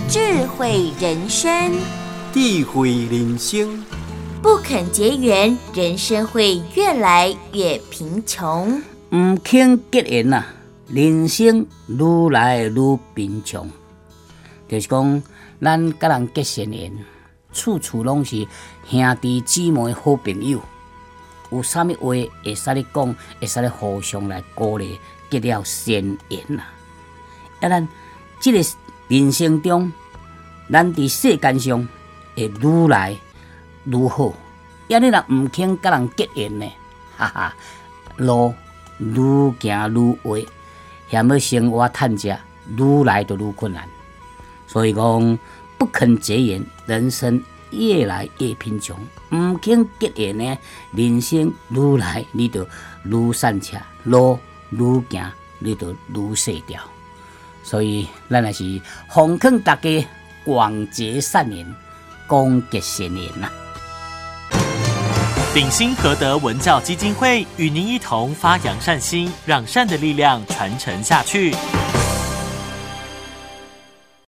智慧人生。 智慧人生， 不肯结缘，人生会越来越贫穷。 唔肯结缘啊，人生愈来愈贫穷。就是讲，咱甲人结善缘，处处拢是兄弟姊妹好朋友。有啥物话会使咧讲，会使咧互相来鼓励，结了善缘啊！啊，咱即个人生中，咱伫世间上会愈来愈好。要你若唔肯甲人结缘呢，哈哈，路愈行愈歪，嫌要生活趁食，愈来就愈困难。所以讲，不肯结缘，人生越来越贫穷；唔肯结缘呢，人生愈来你就愈散车，路愈行你就愈细条。所以，咱也是奉劝大家广结善缘，广结善缘呐。 鼎新和德文教基金会与您一同发扬善心，让善的力量传承下去。